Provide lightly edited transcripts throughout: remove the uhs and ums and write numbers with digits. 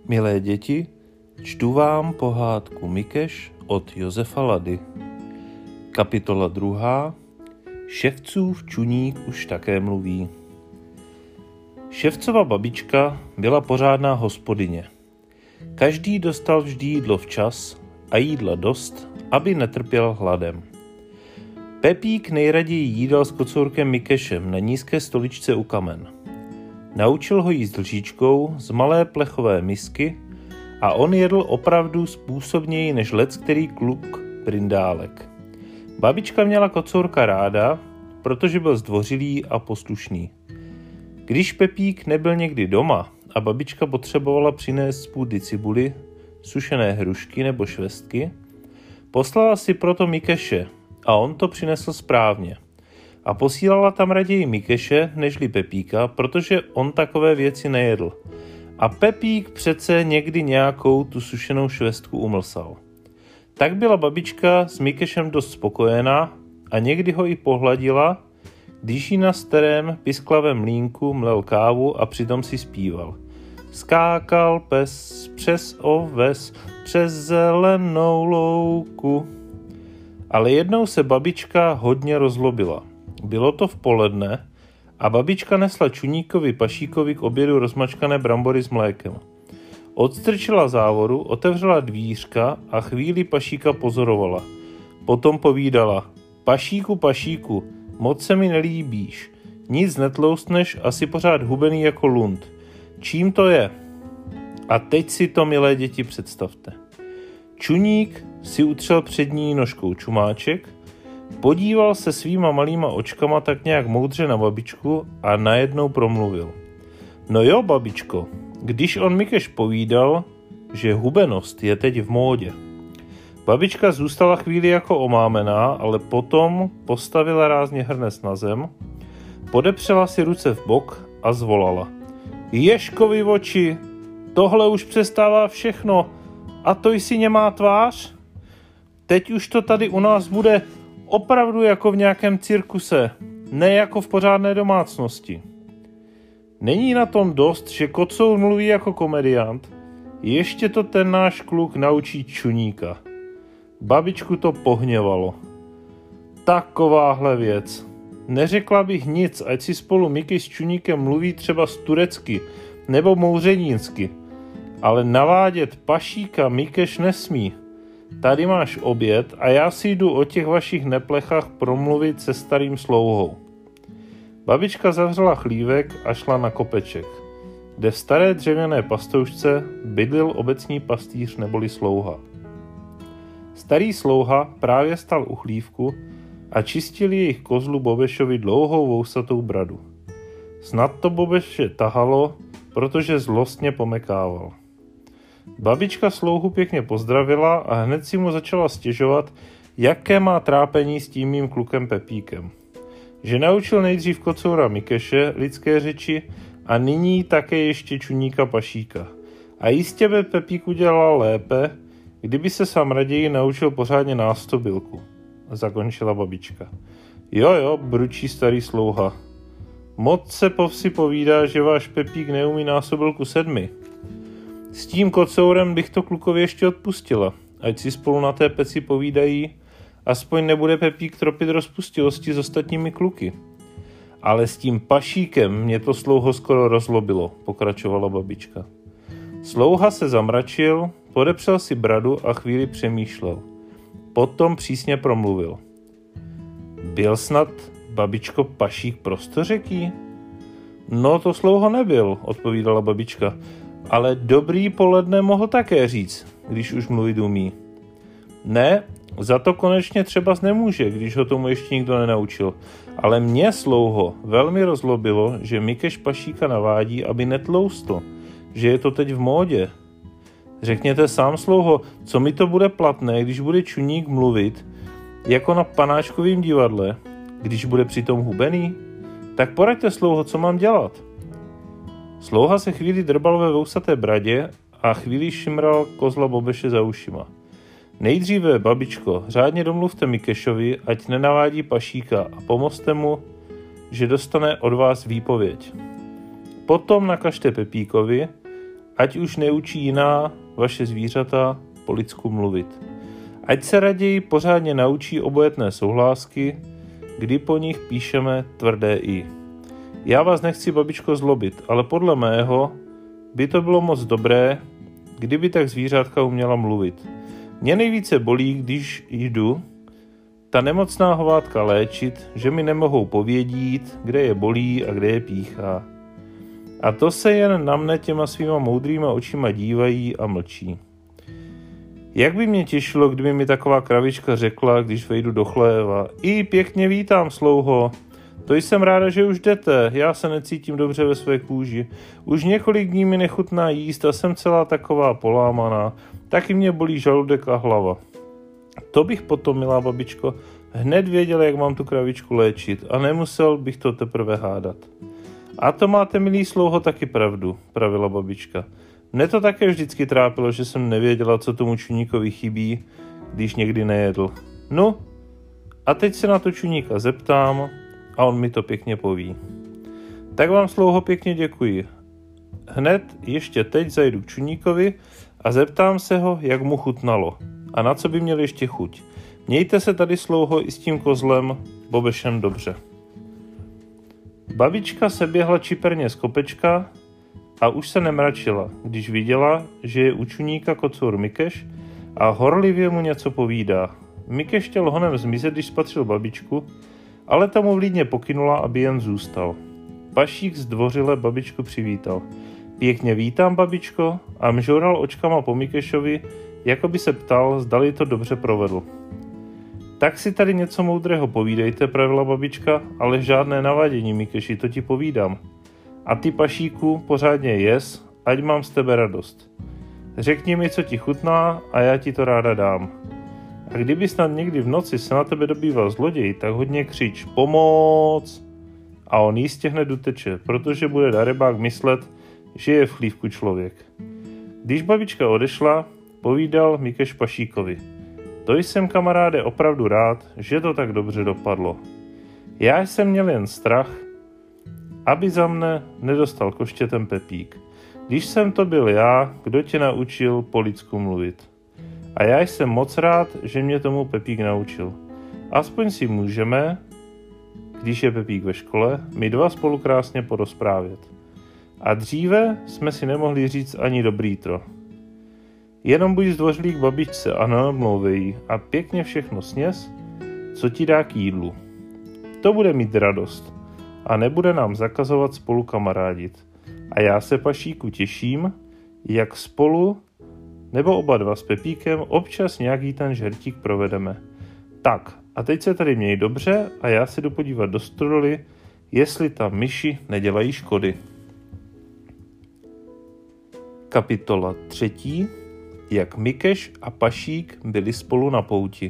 Milé děti, čtu vám pohádku Mikeš od Josefa Lady. Kapitola 2. Ševcův čuník už také mluví. Ševcova babička byla pořádná hospodyně. Každý dostal vždy jídlo včas a jídla dost, aby netrpěl hladem. Pepík nejraději jídal s kocourkem Mikešem na nízké stoličce u kamen. Naučil ho jíst lžičkou z malé plechové misky a on jedl opravdu způsobněji než leckterý kluk brindálek. Babička měla kocourka ráda, protože byl zdvořilý a poslušný. Když Pepík nebyl někdy doma a babička potřebovala přinést z půdy cibuly, sušené hrušky nebo švestky, poslala si proto Mikeše a on to přinesl správně. A posílala tam raději Mikeše nežli Pepíka, protože on takové věci nejedl. A Pepík přece někdy nějakou tu sušenou švestku umlsal. Tak byla babička s Mikešem dost spokojená a někdy ho i pohladila, když jí na starém pisklavém mlýnku mlel kávu a přitom si zpíval. Skákal pes přes oves, přes zelenou louku. Ale jednou se babička hodně rozlobila. Bylo to v poledne a babička nesla čuníkovi Pašíkovi k obědu rozmačkané brambory s mlékem. Odstrčila závoru, otevřela dvířka a chvíli Pašíka pozorovala. Potom povídala: Pašíku, moc se mi nelíbíš. Nic netloustneš, asi pořád hubený jako lund. Čím to je? A teď si to, milé děti, představte. Čuník si utřel přední nožkou čumáček, podíval se svýma malýma očkama tak nějak moudře na babičku a najednou promluvil. No jo, babičko, když on Mikeš povídal, že hubenost je teď v módě. Babička zůstala chvíli jako omámená, ale potom postavila rázně hrnec na zem, podepřela si ruce v bok a zvolala. Ježkovi oči, tohle už přestává všechno, a to jsi nemá tvář? Teď už to tady u nás bude opravdu jako v nějakém cirkuse, ne jako v pořádné domácnosti. Není na tom dost, že kocour mluví jako komediant, ještě to ten náš kluk naučí čuníka. Babičku to pohněvalo. Takováhle věc. Neřekla bych nic, ať si spolu Miky s čuníkem mluví třeba z turecky nebo mouřenínsky, ale navádět Pašíka Mikeš nesmí. Tady máš oběd a já si jdu o těch vašich neplechách promluvit se starým slouhou. Babička zavřela chlívek a šla na kopeček, kde v staré dřevěné pastoušce bydlil obecní pastýř neboli slouha. Starý slouha právě stal u chlívku a čistil jejich kozlu Bobešovi dlouhou vousatou bradu. Snad to Bobeše tahalo, protože zlostně pomekával. Babička slouhu pěkně pozdravila a hned si mu začala stěžovat, jaké má trápení s tím mým klukem Pepíkem. Že naučil nejdřív kocoura Mikeše lidské řeči a nyní také ještě čuníka Pašíka. A jistě by Pepík udělal lépe, kdyby se sám raději naučil pořádně nástobilku, zakončila babička. Jo, bručí starý slouha. Moc se po vsi povídá, že váš Pepík neumí násobilku 7. S tím kocourem bych to klukovi ještě odpustila, ať si spolu na té peci povídají, aspoň nebude Pepík tropit rozpustilosti s ostatními kluky. Ale s tím Pašíkem mě to slouho skoro rozlobilo, pokračovala babička. Slouha se zamračil, podepřel si bradu a chvíli přemýšlel. Potom přísně promluvil. Byl snad, babičko, Pašík prostořeký? No to slouho nebyl, odpovídala babička, ale dobrý poledne mohl také říct, když už mluvit umí. Ne, za to konečně třeba nemůže, když ho tomu ještě nikdo nenaučil, ale mě slouho velmi rozlobilo, že Mikeš Pašíka navádí, aby netloustl, že je to teď v módě. Řekněte sám, slouho, co mi to bude platné, když bude čuník mluvit, jako na panáčkovém divadle, když bude přitom hubený? Tak poraďte, slouho, co mám dělat? Slouha se chvíli drbal ve vousaté bradě a chvíli šimral kozla Bobeše za ušima. Nejdříve, babičko, řádně domluvte Mikešovi, ať nenavádí Pašíka a pomozte mu, že dostane od vás výpověď. Potom nakažte Pepíkovi ať už neučí jiná vaše zvířata po lidsku mluvit. Ať se raději pořádně naučí obojetné souhlásky, kdy po nich píšeme tvrdé i. Já vás nechci, babičko, zlobit, ale podle mého by to bylo moc dobré, kdyby tak zvířátka uměla mluvit. Mě nejvíce bolí, když jdu ta nemocná hovátka léčit, že mi nemohou povědít, kde je bolí a kde je píchá. A to se jen na mne těma svýma moudrýma očima dívají a mlčí. Jak by mě těšilo, kdyby mi taková kravička řekla, když vejdu do chléva: I pěkně vítám, slouho. To jsem ráda, že už jdete, já se necítím dobře ve své kůži. Už několik dní mi nechutná jíst a jsem celá taková polámaná. Taky mě bolí žaludek a hlava. To bych potom, milá babičko, hned věděl, jak mám tu kravičku léčit a nemusel bych to teprve hádat. A to máte, milý slouho, taky pravdu, pravila babička. Mne to také vždycky trápilo, že jsem nevěděla, co tomu čuníkovi chybí, když někdy nejedl. No, a teď se na to čuníka zeptám a on mi to pěkně poví. Tak vám, slouho, pěkně děkuji. Hned ještě teď zajdu k čuníkovi a zeptám se ho, jak mu chutnalo a na co by měl ještě chuť. Mějte se tady, slouho, i s tím kozlem Bobešem dobře. Babička se běhla čiperně z kopečka a už se nemračila, když viděla, že je u čuníka kocour Mikeš a horlivě mu něco povídá. Mikeš chtěl honem zmizet, když spatřil babičku, ale ta mu vlídně pokynula, aby jen zůstal. Pašík zdvořile babičku přivítal. Pěkně vítám, babičko, a mžoural očkama po Mikešovi, jako by se ptal, zdali to dobře provedl. Tak si tady něco moudrého povídejte, pravila babička, ale žádné navadění, Mikeši, to ti povídám. A ty, Pašíku, pořádně jes, ať mám z tebe radost. Řekni mi, co ti chutná a já ti to ráda dám. A kdyby snad někdy v noci se na tebe dobýval zloděj, tak hodně křič pomoc. A on jistě hned uteče, protože bude darebák myslet, že je v chlívku člověk. Když babička odešla, povídal Mikeš Pašíkovi. To jsem, kamaráde, opravdu rád, že to tak dobře dopadlo. Já jsem měl jen strach, aby za mne nedostal koštětem Pepík. Když jsem to byl já, kdo tě naučil po lidsku mluvit. A já jsem moc rád, že mě tomu Pepík naučil. Aspoň si můžeme, když je Pepík ve škole, my dva spolu krásně porozprávět. A dříve jsme si nemohli říct ani dobrýtro. Jenom buď zdvořilý k babičce a nenamlouvej a pěkně všechno sněz, co ti dá k jídlu. To bude mít radost a nebude nám zakazovat spolu kamarádit. A já se, Pašíku, těším, jak spolu nebo oba dva s Pepíkem občas nějaký ten žertík provedeme. Tak, a teď se tady měj dobře a já se jdu podívat do stodoly, jestli tam myši nedělají škody. Kapitola 3. Jak Mikeš a Pašík byli spolu na pouti.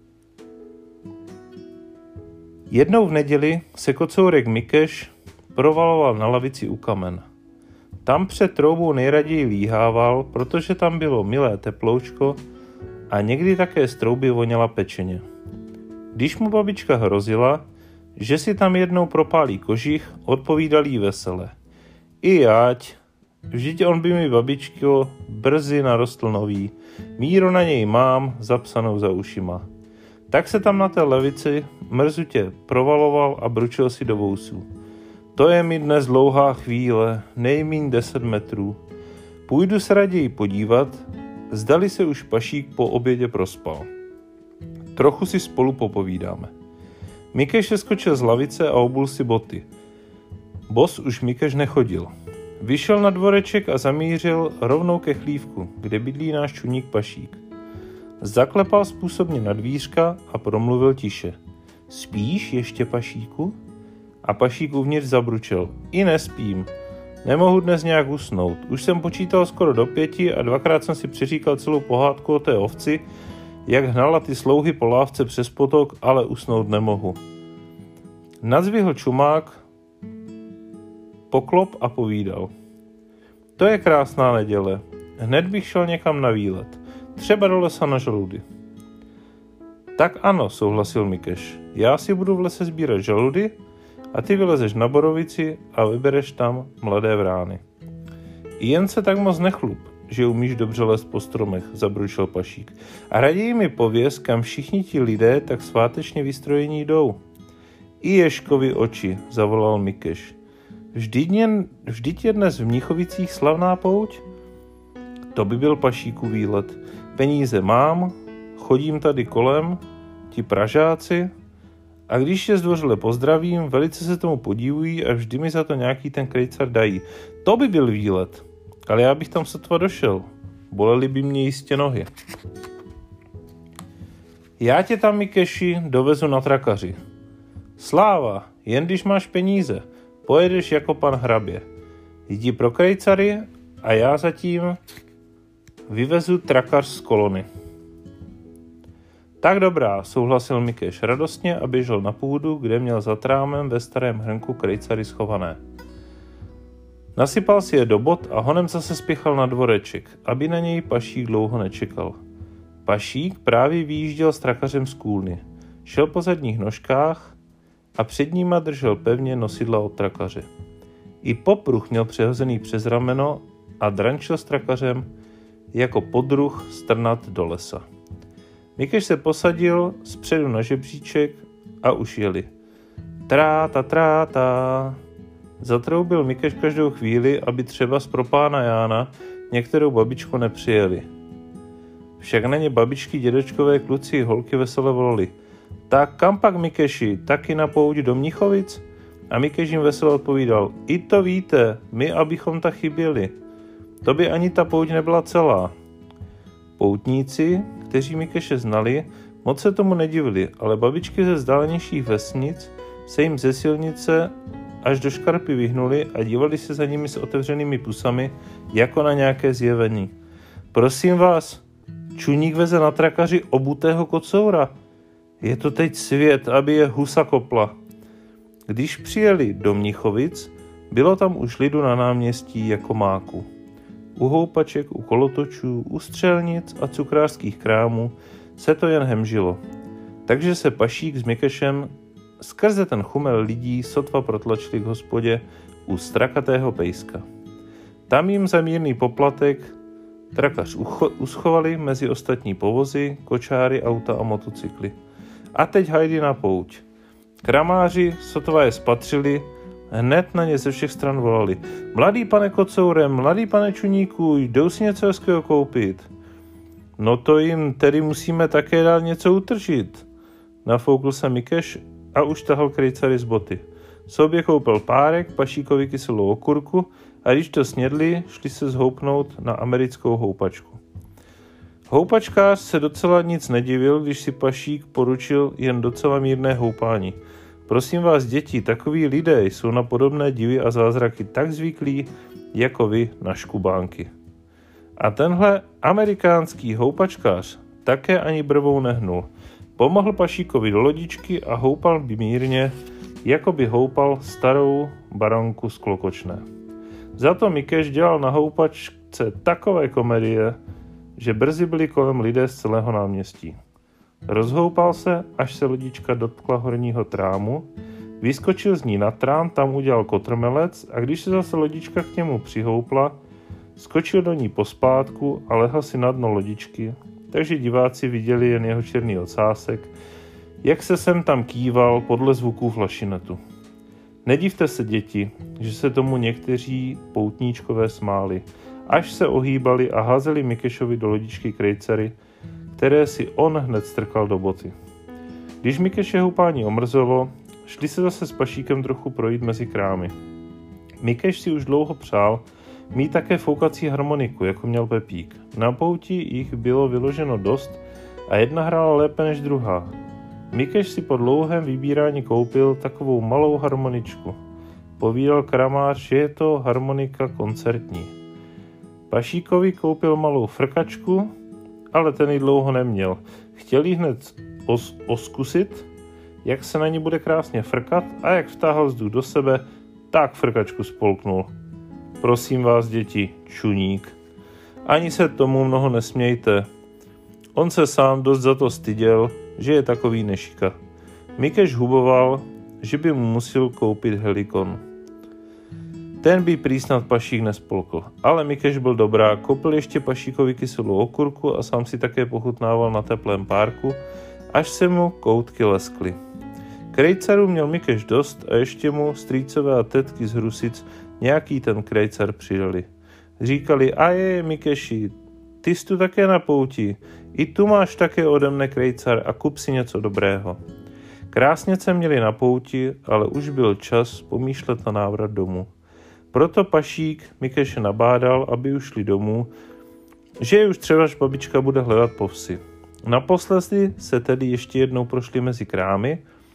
Jednou v neděli se kocourek Mikeš provaloval na lavici u kamen. Tam před troubou nejraději líhával, protože tam bylo milé teploučko a někdy také z trouby voněla pečeně. Když mu babička hrozila, že si tam jednou propálí kožich, odpovídal jí vesele. I jáť, vždyť on by mi, babičko, brzy narostl nový. Míru na něj mám zapsanou za ušima. Tak se tam na té levici mrzutě provaloval a bručil si do vousů. To je mi dnes dlouhá chvíle, nejmíň 10 metrů. Půjdu se raději podívat, zdali se už Pašík po obědě prospal. Trochu si spolu popovídáme. Mikeš skočil z lavice a obul si boty. Bos už Mikeš nechodil. Vyšel na dvoreček a zamířil rovnou ke chlívku, kde bydlí náš čuník Pašík. Zaklepal způsobně na dvířka a promluvil tiše. Spíš ještě, Pašíku? A Pašík uvnitř zabručel. I nespím. Nemohu dnes nějak usnout. Už jsem počítal skoro do 5 a dvakrát jsem si přeříkal celou pohádku o té ovci, jak hnala ty slouhy po lávce přes potok, ale usnout nemohu. Nadzvihl čumák, poklop a povídal. To je krásná neděle. Hned bych šel někam na výlet. Třeba do lesa na žaludy. Tak ano, souhlasil Mikeš. Já si budu v lese sbírat žaludy a ty vylezeš na borovici a vybereš tam mladé vrány. Jen se tak moc nechlup, že umíš dobře lézt po stromech, zabručil Pašík. A raději mi pověz, kam všichni ti lidé tak svátečně vystrojení jdou. I Ježkovi oči, zavolal Mikeš. Vždyť je dnes v Mnichovicích slavná pouť? To by byl Pašíku výlet. Peníze mám, chodím tady kolem, ti Pražáci, a když je zdvořile pozdravím, velice se tomu podivují a vždy mi za to nějaký ten krejcar dají. To by byl výlet, ale já bych tam sotva došel. Bolely by mě jistě nohy. Já tě tam, Mikeši, dovezu na trakaři. Sláva, jen když máš peníze, pojedeš jako pan hrabě. Jdi pro krejcary a já zatím vyvezu trakař z kolony. Tak dobrá, souhlasil Mikeš radostně a běžel na půdu, kde měl za trámem ve starém hrnku krejcary schované. Nasypal si je do bot a honem zase spěchal na dvoreček, aby na něj Pašík dlouho nečekal. Pašík právě vyjížděl s trakařem z kůlny. Šel po zadních nožkách a před nima držel pevně nosidla od trakaře. I popruh měl přehozený přes rameno a drančil s trakařem jako podruh strnat do lesa. Mikeš se posadil zpředu na žebříček a už jeli. Tráta. Zatroubil Mikeš každou chvíli, aby třeba pro pána Jána některou babičku nepřijeli. Však na ně babičky, dědečkové, kluci i holky vesele volali. Tak kam pak, Mikeši, taky na pouť do Mnichovic? A Mikeš jim vesele odpovídal. I to víte, my abychom tak chyběli. To by ani ta pouť nebyla celá. Poutníci, kteří Mikeše znali, moc se tomu nedivili, ale babičky ze vzdálenějších vesnic se jim ze silnice až do škarpy vyhnuli a dívali se za nimi s otevřenými pusami, jako na nějaké zjevení. Prosím vás, čuník veze na trakaři obutého kocoura. Je to teď svět, aby je husa kopla. Když přijeli do Mnichovic, bylo tam už lidu na náměstí jako máku. U houpaček, u kolotočů, u střelnic a cukrářských krámů se to jen hemžilo. Takže se Pašík s Mikešem skrze ten chumel lidí sotva protlačili k hospodě u strakatého pejska. Tam jim za mírný poplatek trakař uschovali mezi ostatní povozy, kočáry, auta a motocykly. A teď hajdy na pouť. Kramáři sotva je spatřili, hned na ně ze všech stran volali. Mladý pane kocoure, mladý pane čuníku, jdou si něco hezkého koupit. No to jim tedy musíme také dát něco utržit. Nafoukl se Mikeš a už tahal krejcary z boty. Sobě koupil párek, Pašíkovi kyselou okurku a když to snědli, šli se zhoupnout na americkou houpačku. Houpačkář se docela nic nedivil, když si Pašík poručil jen docela mírné houpání. Prosím vás, děti, takoví lidé jsou na podobné divy a zázraky tak zvyklí, jako vy na škubánky. A tenhle amerikánský houpačkář také ani brvou nehnul. Pomohl Pašíkovi do lodičky a houpal by mírně, jako by houpal starou baronku z Klokočné. Za to Mikeš dělal na houpačce takové komedie, že brzy byli kolem lidé z celého náměstí. Rozhoupal se, až se lodička dotkla horního trámu, vyskočil z ní na trám, tam udělal kotrmelec a když se zase lodička k němu přihoupla, skočil do ní pospátku a lehl si na dno lodičky, takže diváci viděli jen jeho černý ocásek, jak se sem tam kýval podle zvuků flašinetu. Nedivte se, děti, že se tomu někteří poutníčkové smáli, až se ohýbali a házeli Mikešovi do lodičky krejcary, které si on hned strkal do boty. Když Mikeše houpání omrzelo, šli se zase s Pašíkem trochu projít mezi krámy. Mikeš si už dlouho přál mít také foukací harmoniku, jako měl Pepík. Na pouti jich bylo vyloženo dost a jedna hrála lépe než druhá. Mikeš si po dlouhém vybírání koupil takovou malou harmoničku. Povídal kramář, že je to harmonika koncertní. Pašíkovi koupil malou frkačku, ale ten ji dlouho neměl. Chtěl jí hned oskusit, jak se na ní bude krásně frkat a jak vtáhl vzduch do sebe, tak frkačku spolknul. Prosím vás, děti, čuník. Ani se tomu mnoho nesmějte. On se sám dost za to styděl, že je takový nešika. Mikeš huboval, že by mu musel koupit helikon. Ten by prý snad Pašík nespolkl, ale Mikeš byl dobrá, koupil ještě Pašíkovi kyselou okurku a sám si také pochutnával na teplém párku, až se mu koutky leskly. Krejcarů měl Mikeš dost a ještě mu strýcové a tetky z Hrusic nějaký ten krejcar přidali. Říkali, a je Mikeši, ty jsi tu také na pouti, i tu máš také ode mne krejcar a kup si něco dobrého. Krásně se měli na pouti, ale už byl čas pomýšlet na návrat domů. Proto Pašík Mikeše nabádal, aby už šli domů, že je už třeba, že babička bude hledat po vsi. Naposledy se tedy ještě jednou prošli mezi krámy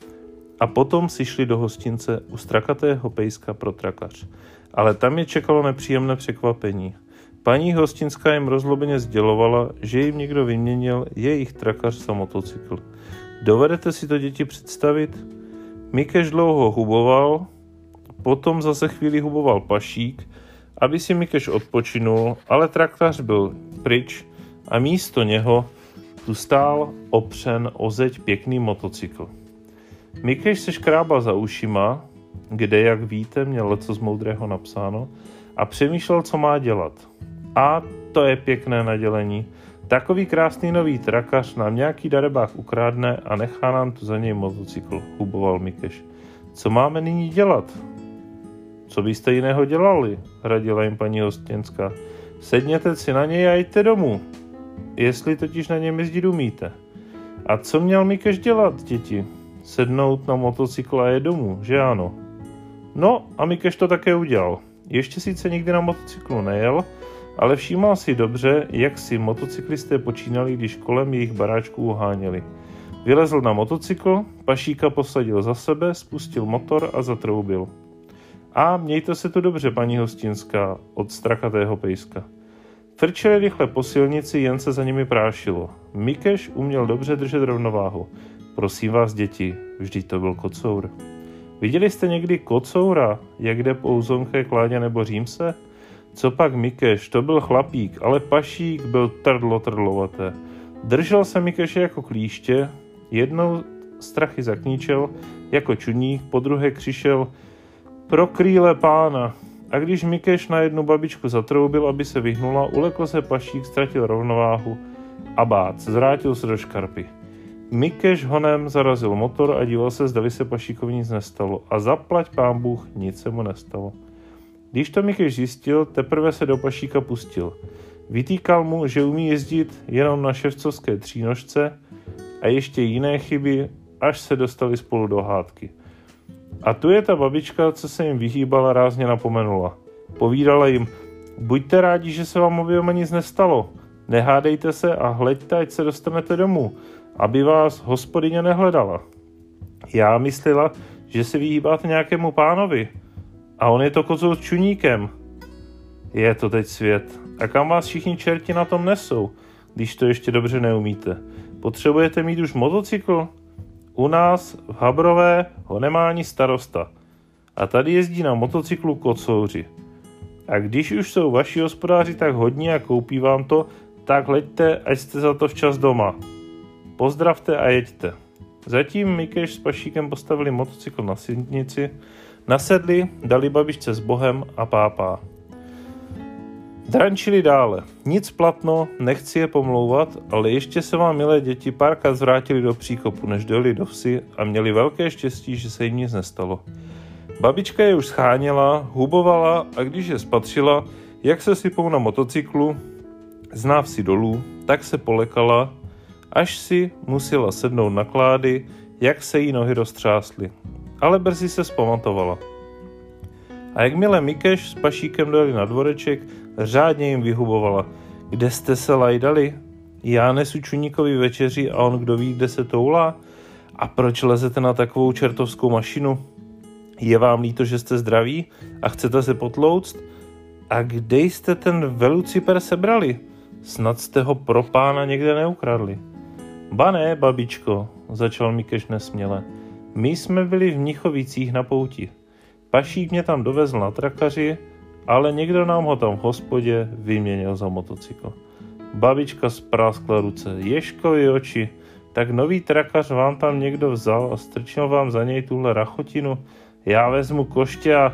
a potom si šli do hostince u strakatého pejska pro trakař. Ale tam je čekalo nepříjemné překvapení. Paní hostinská jim rozlobeně sdělovala, že jim někdo vyměnil jejich trakař za motocykl. Dovedete si to, děti, představit? Mikeš dlouho huboval, potom zase chvíli huboval Pašík, aby si Mikeš odpočinul, ale trakař byl pryč a místo něho tu stál opřen o zeď pěkný motocykl. Mikeš se škrábal za ušima, kde, jak víte, měl lecos moudrého napsáno, a přemýšlel, co má dělat. A to je pěkné nadělení. Takový krásný nový trakař nám nějaký darebák ukradne a nechá nám tu za něj motocykl, huboval Mikeš. Co máme nyní dělat? Co byste jiného dělali? Radila jim paní hostinská. Sedněte si na něj a jděte domů, jestli totiž na něm jezdit umíte. A co měl Mikeš dělat, děti? Sednout na motocykl a je domů, že ano? No a Mikeš to také udělal. Ještě sice nikdy na motocyklu nejel, ale všímal si dobře, jak si motocyklisté počínali, když kolem jejich baráčků uháněli. Vylezl na motocykl, Pašíka posadil za sebe, spustil motor a zatroubil. A mějte se tu dobře, paní hostinská, od strakatého pejska. Frčeli rychle po silnici, jen se za nimi prášilo. Mikeš uměl dobře držet rovnováhu. Prosím vás, děti, vždyť to byl kocour. Viděli jste někdy kocoura, jak jde po Uzonké kládě nebo Římse? Co pak Mikeš, to byl chlapík, ale Pašík byl trdlovaté. Držel se Mikeše jako klíště, jednou strachy zakníčel jako čudník, podruhé křišel pro krýle pána. A když Mikeš na jednu babičku zatroubil, aby se vyhnula, ulekl se Pašík, ztratil rovnováhu a bác, zvrátil se do škarpy. Mikeš honem zarazil motor a díval se, zdali se Pašíkovi nic nestalo. A zaplať pán Bůh, nic se mu nestalo. Když to Mikeš zjistil, teprve se do Pašíka pustil. Vytýkal mu, že umí jezdit jenom na ševcovské třínožce a ještě jiné chyby, až se dostali spolu do hádky. A tu je ta babička, co se jim vyhýbala, rázně napomenula. Povídala jim, buďte rádi, že se vám oběma nic nestalo. Nehádejte se a hleďte, ať se dostanete domů, aby vás hospodyně nehledala. Já myslela, že se vyhýbáte nějakému pánovi a on je to kocour s čuníkem. Je to teď svět. A kam vás všichni čerti na tom nesou, když to ještě dobře neumíte? Potřebujete mít už motocykl? U nás v Habrové ho nemá ani starosta. A tady jezdí na motocyklu kocouři. A když už jsou vaši hospodáři tak hodní a koupí vám to, tak hleďte, ať jste za to včas doma. Pozdravte a jeďte. Zatím Mikeš s Pašíkem postavili motocykl na silnici, nasedli, dali babičce s Bohem a pápá. Drančili dále. Nic platno, nechci je pomlouvat, ale ještě se vám, milé děti, párkrát zvrátili do příkopu, než dojeli do vsi a měli velké štěstí, že se jim nic nestalo. Babička je už scháněla, hubovala a když je spatřila, jak se sypou na motocyklu, z návsi dolů, tak se polekala, až si musela sednout na klády, jak se jí nohy roztřásly. Ale brzy se zpamatovala. A jakmile Mikeš s Pašíkem dojeli na dvoreček, řádně jim vyhubovala. Kde jste se lajdali? Já nesu čuníkovi večeři a on kdo ví, kde se toulá? A proč lezete na takovou čertovskou mašinu? Je vám líto, že jste zdraví a chcete se potlouct? A kde jste ten veluciper sebrali? Snad jste ho pro pána někde neukradli. Ba ne, babičko, začal Mikeš nesměle. My jsme byli v Mnichovicích na pouti. Pašík mě tam dovezl na trakaři, ale někdo nám ho tam v hospodě vyměnil za motocykl. Babička spráskla ruce. Ježkovi oči, tak nový trakař vám tam někdo vzal a strčil vám za něj tuhle rachotinu. Já vezmu koště a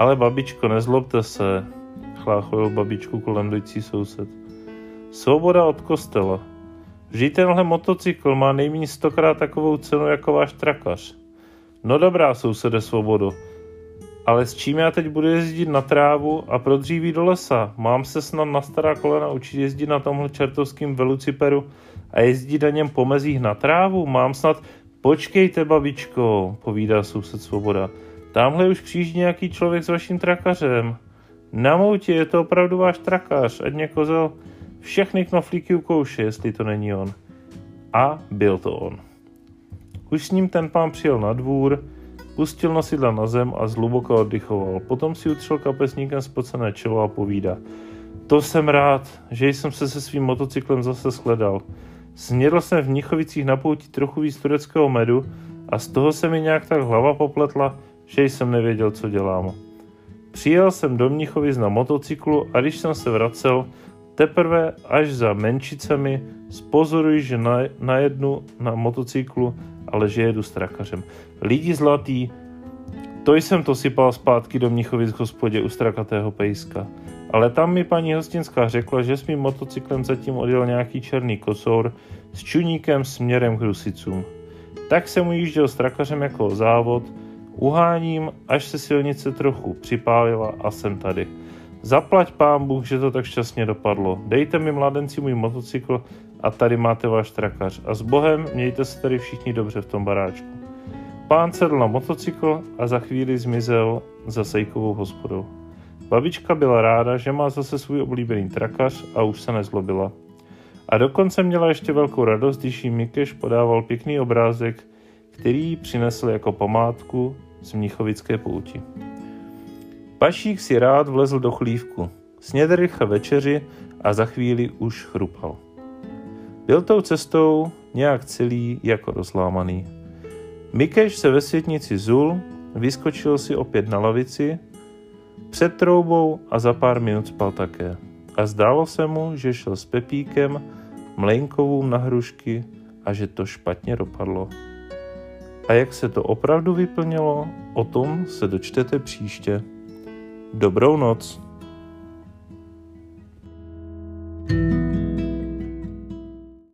Ale babičko, nezlobte se, chlácholil babičku kolem jdoucí soused. Svoboda od kostela. Vždyť tenhle motocykl má nejméně 100krát takovou cenu jako váš trakař. No dobrá, sousede Svobodo, ale s čím já teď budu jezdit na trávu a pro dříví do lesa? Mám se snad na stará kolena učit jezdit na tomhle čertovském veluciperu a jezdit na něm po mezích na trávu? Mám snad... Počkejte, babičko, povídá soused Svoboda. Tamhle už přijíždí nějaký člověk s vaším trakařem. Na moutě, je to opravdu váš trakař, ať mě kozel všechny knoflíky ukouše, jestli to není on. A byl to on. Už s ním ten pán přijel na dvůr, pustil nosidla na zem a zhluboka oddychoval. Potom si utřel kapesníkem spocené čelo a povídá. To jsem rád, že jsem se svým motocyklem zase shledal. Snědl jsem v Mnichovicích na pouti trochu víc tureckého medu a z toho se mi nějak tak hlava popletla, že jsem nevěděl, co dělám. Přijel jsem do Mnichovic na motocyklu a když jsem se vracel, teprve až za Menšicemi spozoruji, že najednu na motocyklu, ale že jedu s trakařem. Lidi zlatý, to jsem to sypal zpátky do Mnichovic v hospodě u strakatého pejska. Ale tam mi paní hostinská řekla, že s mým motocyklem zatím odjel nějaký černý kocour s čuníkem směrem k Rusicům. Tak jsem ujížděl s trakařem jako závod, uháním, až se silnice trochu připálila a jsem tady. Zaplať pán Bůh, že to tak šťastně dopadlo. Dejte mi, mladenci, můj motocykl a tady máte váš trakař. A s Bohem, mějte se tady všichni dobře v tom baráčku. Pán sedl na motocykl a za chvíli zmizel za Sejkovou hospodou. Babička byla ráda, že má zase svůj oblíbený trakař a už se nezlobila. A dokonce měla ještě velkou radost, když jí Mikeš podával pěkný obrázek, který jí přinesl jako památku z Mnichovické pouti. Pašík si rád vlezl do chlívku, snědl rychle večeři a za chvíli už chrupal. Byl tou cestou nějak celý jako rozlámaný. Mikeš se ve světnici zul, vyskočil si opět na lavici, před troubou a za pár minut spal také. A zdálo se mu, že šel s Pepíkem, Mlejnkovům na hrušky a že to špatně dopadlo. A jak se to opravdu vyplnilo, o tom se dočtete příště. Dobrou noc.